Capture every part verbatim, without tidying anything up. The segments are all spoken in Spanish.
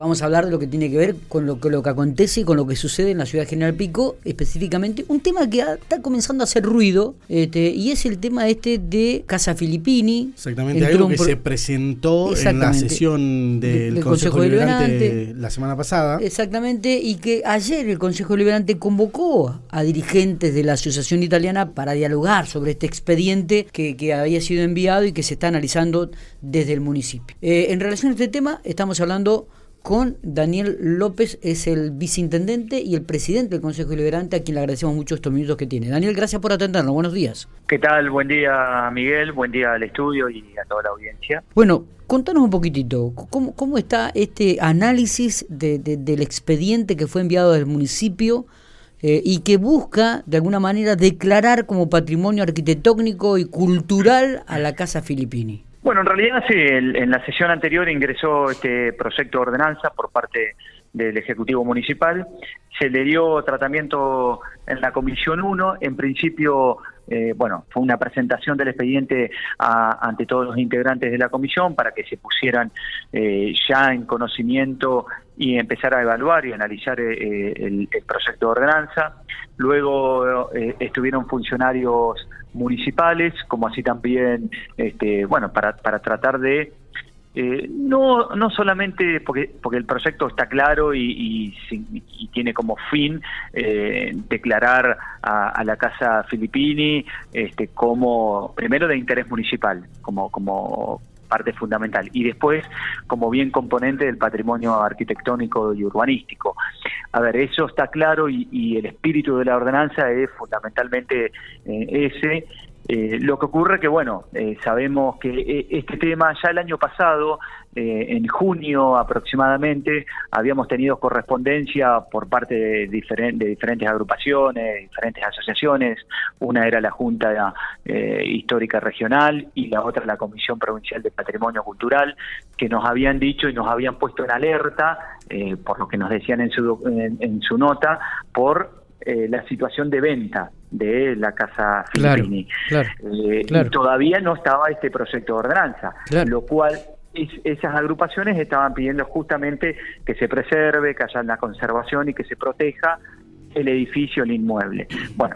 Vamos a hablar de lo que tiene que ver con lo, con lo que acontece y con lo que sucede en la ciudad de General Pico, específicamente. Un tema que está comenzando a hacer ruido, este, y es el tema este de Casa Filippini. Exactamente, algo que pro... se presentó en la sesión del, del Consejo, Consejo Deliberante, Deliberante la semana pasada. Exactamente, y que ayer el Consejo Deliberante convocó a dirigentes de la Asociación Italiana para dialogar sobre este expediente que, que había sido enviado y que se está analizando desde el municipio. Eh, en relación a este tema, estamos hablando con Daniel López, es el viceintendente y el presidente del Consejo Deliberante, a quien le agradecemos mucho estos minutos que tiene. Daniel, gracias por atendernos, buenos días. ¿Qué tal? Buen día, Miguel, buen día al estudio y a toda la audiencia. Bueno, contanos un poquitito, ¿cómo, cómo está este análisis de, de, del expediente que fue enviado del municipio eh, y que busca, de alguna manera, declarar como patrimonio arquitectónico y cultural a la Casa Filippini? Bueno, en realidad sí, el, en la sesión anterior ingresó este proyecto de ordenanza por parte del Ejecutivo Municipal, se le dio tratamiento en la Comisión uno, en principio, eh, bueno, fue una presentación del expediente a, ante todos los integrantes de la comisión para que se pusieran eh, ya en conocimiento y empezar a evaluar y analizar eh, el, el proyecto de ordenanza. Luego eh, estuvieron funcionarios municipales, como así también, este, bueno, para, para tratar de, eh, no no solamente porque porque el proyecto está claro y, y, y tiene como fin eh, declarar a, a la Casa Filippini este, como, primero, de interés municipal, como como parte fundamental, y después como bien componente del patrimonio arquitectónico y urbanístico. A ver, eso está claro y, y el espíritu de la ordenanza es fundamentalmente eh, ese. Eh, lo que ocurre que, bueno, eh, sabemos que eh, este tema ya el año pasado, eh, en junio aproximadamente, habíamos tenido correspondencia por parte de, diferen, de diferentes agrupaciones, diferentes asociaciones. Una era la Junta eh, Histórica Regional y la otra la Comisión Provincial de Patrimonio Cultural, que nos habían dicho y nos habían puesto en alerta, eh, por lo que nos decían en su, en, en su nota, por Eh, la situación de venta de la Casa Filippini. Claro, claro, eh, claro. Y todavía no estaba este proyecto de ordenanza, claro. Lo cual es, esas agrupaciones estaban pidiendo justamente que se preserve, que haya una conservación y que se proteja el edificio, el inmueble. Bueno,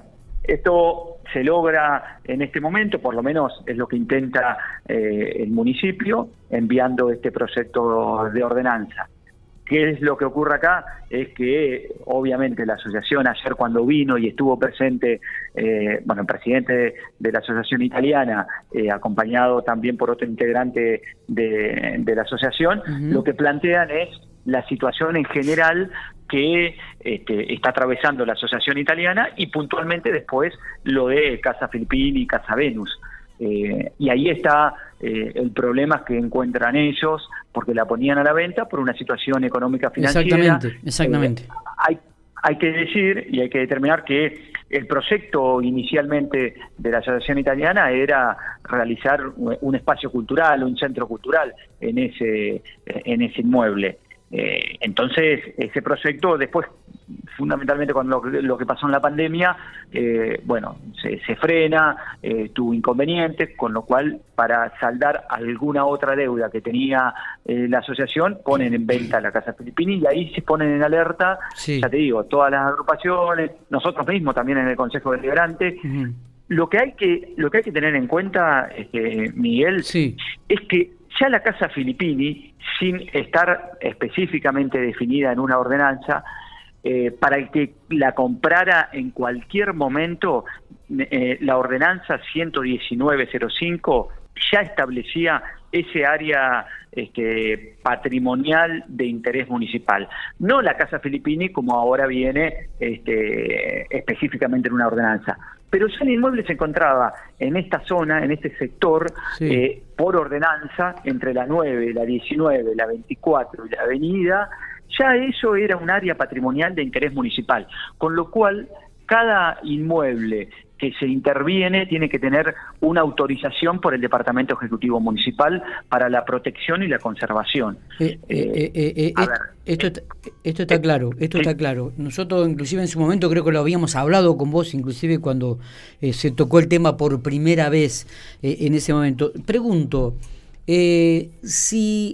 esto se logra en este momento, por lo menos es lo que intenta eh, el municipio, enviando este proyecto de ordenanza. ¿Qué es lo que ocurre acá? Es que obviamente la asociación ayer, cuando vino y estuvo presente, eh, bueno, el presidente de, de la asociación italiana, eh, acompañado también por otro integrante de, de la asociación, uh-huh. Lo que plantean es la situación en general que este, está atravesando la asociación italiana y puntualmente después lo de Casa Filippini y Casa Venus. Eh, y ahí está eh, el problema que encuentran ellos, porque la ponían a la venta por una situación económica financiera. Exactamente, exactamente. Eh, hay, hay que decir y hay que determinar que el proyecto inicialmente de la Asociación Italiana era realizar un espacio cultural, un centro cultural en ese, en ese inmueble. Eh, entonces, ese proyecto después, fundamentalmente con lo, lo que pasó en la pandemia, eh, bueno, se, se frena, eh, tuvo inconvenientes, con lo cual, para saldar alguna otra deuda que tenía eh, la asociación, ponen en venta la Casa Filippini y ahí se ponen en alerta, sí. Ya te digo, todas las agrupaciones, nosotros mismos también en el Consejo Deliberante. Uh-huh. Lo que hay que, lo que hay que tener en cuenta, este, Miguel, sí. Es que ya la Casa Filippini, sin estar específicamente definida en una ordenanza, eh, para el que la comprara en cualquier momento, eh, la ordenanza ciento diecinueve cero cinco ya establecía ese área este, patrimonial de interés municipal. No la Casa Filippini, como ahora viene este, específicamente en una ordenanza. Pero ya el inmueble se encontraba en esta zona, en este sector, sí. eh, por ordenanza, entre la nueve, la diecinueve, la veinticuatro y la avenida, ya eso era un área patrimonial de interés municipal, con lo cual cada inmueble que se interviene tiene que tener una autorización por el Departamento Ejecutivo Municipal para la protección y la conservación. Eh, eh, eh, eh, a ver, esto, está, esto está claro, esto está claro. Nosotros inclusive en su momento creo que lo habíamos hablado con vos, inclusive cuando eh, se tocó el tema por primera vez eh, en ese momento. Pregunto, eh, si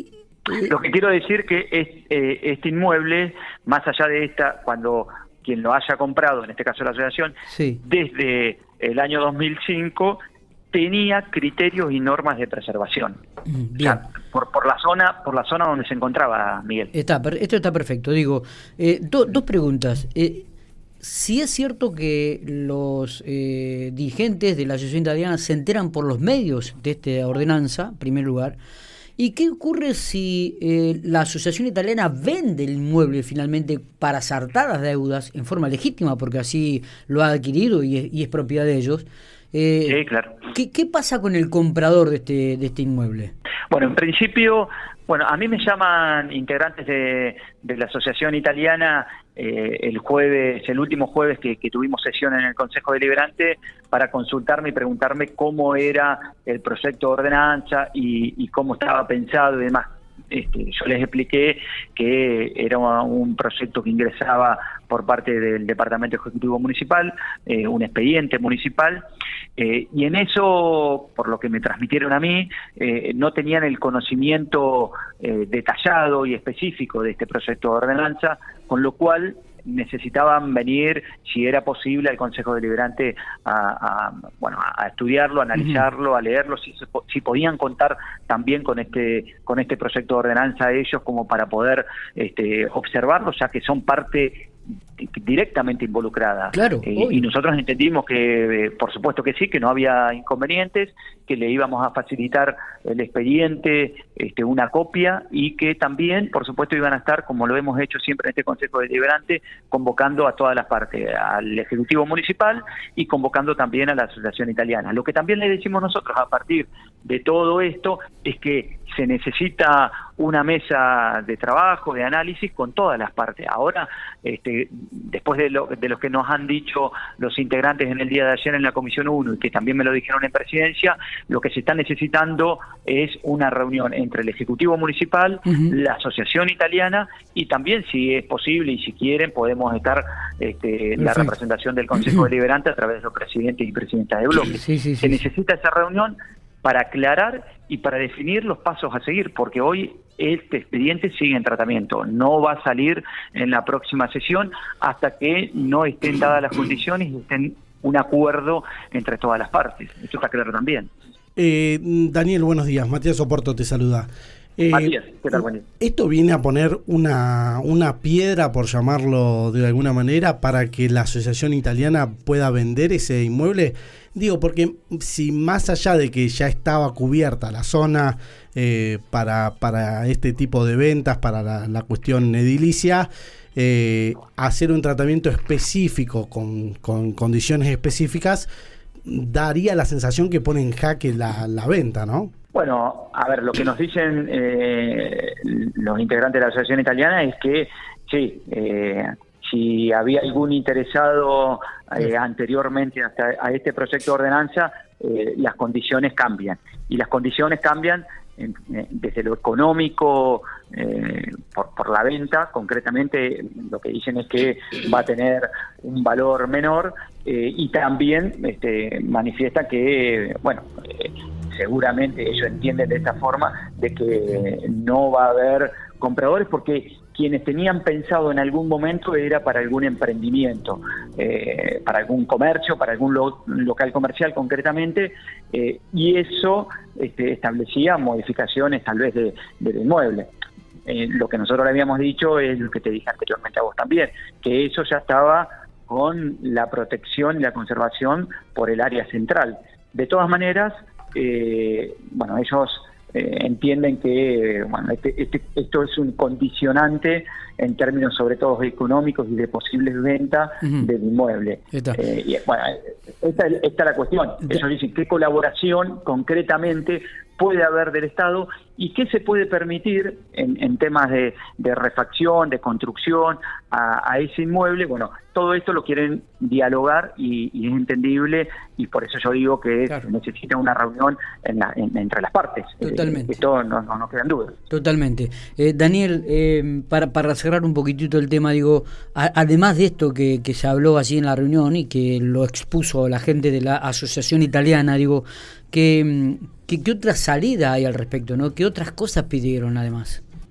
Lo que quiero decir que es, eh, este inmueble, más allá de esta, cuando quien lo haya comprado, en este caso la asociación, sí. desde el año dos mil cinco tenía criterios y normas de preservación. Bien. O sea, por, por la zona, por la zona donde se encontraba, Miguel. Está, esto está perfecto. Digo, eh, do, dos preguntas. Eh, si es cierto que los eh, dirigentes de la Asociación Italiana se enteran por los medios de esta ordenanza, en primer lugar, ¿y qué ocurre si eh, la Asociación Italiana vende el inmueble finalmente para saldar las deudas en forma legítima, porque así lo ha adquirido y es, y es propiedad de ellos? Eh, sí, claro. ¿qué, ¿Qué pasa con el comprador de este, de este inmueble? Bueno, en principio, bueno, a mí me llaman integrantes de, de la Asociación Italiana eh, el jueves, el último jueves que, que tuvimos sesión en el Consejo Deliberante para consultarme y preguntarme cómo era el proyecto de ordenanza y, y cómo estaba pensado y demás. Este, yo les expliqué que era un proyecto que ingresaba por parte del Departamento Ejecutivo Municipal, eh, un expediente municipal, eh, y en eso, por lo que me transmitieron a mí, eh, no tenían el conocimiento eh, detallado y específico de este proyecto de ordenanza, con lo cual necesitaban venir, si era posible, al Consejo Deliberante a, a bueno a estudiarlo, a analizarlo, a leerlo, si, si podían contar también con este con este proyecto de ordenanza ellos como para poder este, observarlo, ya que son parte directamente involucrada. Claro, eh, y nosotros entendimos que, eh, por supuesto que sí, que no había inconvenientes, que le íbamos a facilitar el expediente, este, una copia, y que también, por supuesto, iban a estar, como lo hemos hecho siempre en este Consejo Deliberante, convocando a todas las partes, al Ejecutivo Municipal y convocando también a la Asociación Italiana. Lo que también le decimos nosotros a partir de todo esto es que se necesita una mesa de trabajo, de análisis con todas las partes. Ahora, este, después de lo, de lo que nos han dicho los integrantes en el día de ayer en la Comisión uno y que también me lo dijeron en Presidencia, lo que se está necesitando es una reunión entre el Ejecutivo Municipal, uh-huh. la Asociación Italiana y también, si es posible y si quieren, podemos estar este, la representación del Consejo Deliberante a través de los presidentes y presidentas de bloque. Sí, sí, sí, se sí. necesita esa reunión para aclarar y para definir los pasos a seguir, porque hoy este expediente sigue en tratamiento, no va a salir en la próxima sesión hasta que no estén dadas las condiciones y estén un acuerdo entre todas las partes. Esto está claro también. Eh, Daniel, buenos días. Matías Oporto te saluda. Eh, Matías, ¿qué tal? Buen día. ¿Esto viene a poner una, una piedra, por llamarlo de alguna manera, para que la Asociación Italiana pueda vender ese inmueble? Digo, porque si más allá de que ya estaba cubierta la zona eh, para, para este tipo de ventas, para la, la cuestión edilicia, eh, hacer un tratamiento específico con, con condiciones específicas, daría la sensación que pone en jaque la, la venta, ¿no? Bueno, a ver, lo que nos dicen eh, los integrantes de la Asociación Italiana es que sí, eh, si había algún interesado eh, anteriormente hasta a este proyecto de ordenanza, eh, las condiciones cambian. Y las condiciones cambian en, eh, desde lo económico, eh, por, por la venta, concretamente lo que dicen es que va a tener un valor menor, eh, y también este, manifiesta que, bueno, eh, seguramente ellos entienden de esta forma de que no va a haber compradores porque quienes tenían pensado en algún momento era para algún emprendimiento, eh, para algún comercio, para algún lo, local comercial concretamente, eh, y eso este, establecía modificaciones tal vez de, del inmueble. Eh, lo que nosotros le habíamos dicho es lo que te dije anteriormente a vos también, que eso ya estaba con la protección y la conservación por el área central. De todas maneras, eh, bueno, ellos eh, entienden que bueno, este, este, esto es un condicionante en términos sobre todo económicos y de posibles ventas uh-huh. del inmueble. Eh, y, bueno, esta, esta es la cuestión. Ellos dicen qué colaboración concretamente puede haber del Estado y qué se puede permitir en, en temas de, de refacción, de construcción a, a ese inmueble. Bueno, todo esto lo quieren dialogar y, y es entendible y por eso yo digo que claro. necesita una reunión en la, en, entre las partes. Totalmente. Eh, esto no, no, no quedan dudas. Totalmente. Eh, Daniel, eh, para, para cerrar un poquitito el tema, digo, a, además de esto que, que se habló así en la reunión y que lo expuso la gente de la Asociación Italiana, digo, que... ¿Qué, ¿Qué otra salida hay al respecto, no? ¿Qué otras cosas pidieron además?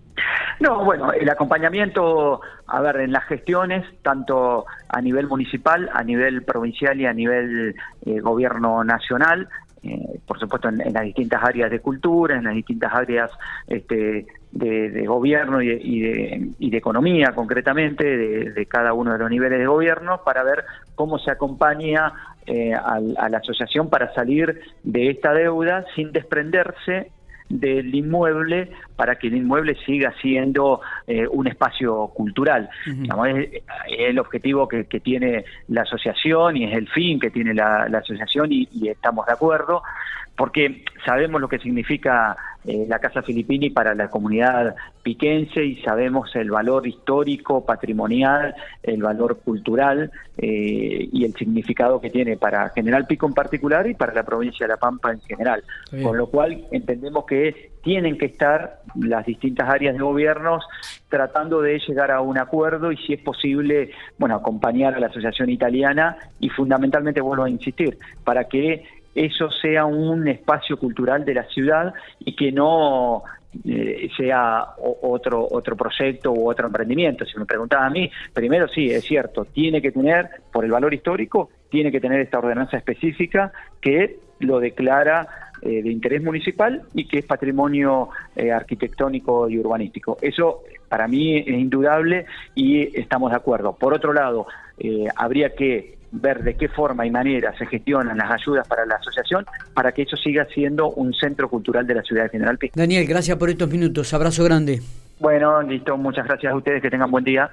No, bueno, el acompañamiento, a ver, en las gestiones, tanto a nivel municipal, a nivel provincial y a nivel eh, gobierno nacional, eh, por supuesto en, en las distintas áreas de cultura, en las distintas áreas este, de, de gobierno y de, y, de, y de economía concretamente, de, de cada uno de los niveles de gobierno, para ver cómo se acompaña eh, a, a la asociación para salir de esta deuda sin desprenderse del inmueble, para que el inmueble siga siendo eh, un espacio cultural. Uh-huh. Digamos, es, es el objetivo que, que tiene la asociación y es el fin que tiene la, la asociación y, y estamos de acuerdo, porque sabemos lo que significa eh, la Casa Filippini para la comunidad piquense y sabemos el valor histórico, patrimonial, el valor cultural eh, y el significado que tiene para General Pico en particular y para la provincia de La Pampa en general. Bien. Con lo cual entendemos que tienen que estar las distintas áreas de gobiernos tratando de llegar a un acuerdo y, si es posible, bueno, acompañar a la Asociación Italiana y fundamentalmente, vuelvo a insistir, para que eso sea un espacio cultural de la ciudad y que no eh, sea o, otro otro proyecto u otro emprendimiento. Si me preguntaba a mí, primero sí, es cierto, tiene que tener, por el valor histórico, tiene que tener esta ordenanza específica que lo declara eh, de interés municipal y que es patrimonio eh, arquitectónico y urbanístico. Eso para mí es indudable y estamos de acuerdo. Por otro lado, eh, habría que ver de qué forma y manera se gestionan las ayudas para la asociación para que eso siga siendo un centro cultural de la ciudad de General Pico. Daniel, gracias por estos minutos. Abrazo grande. Bueno, listo. Muchas gracias a ustedes. Que tengan buen día.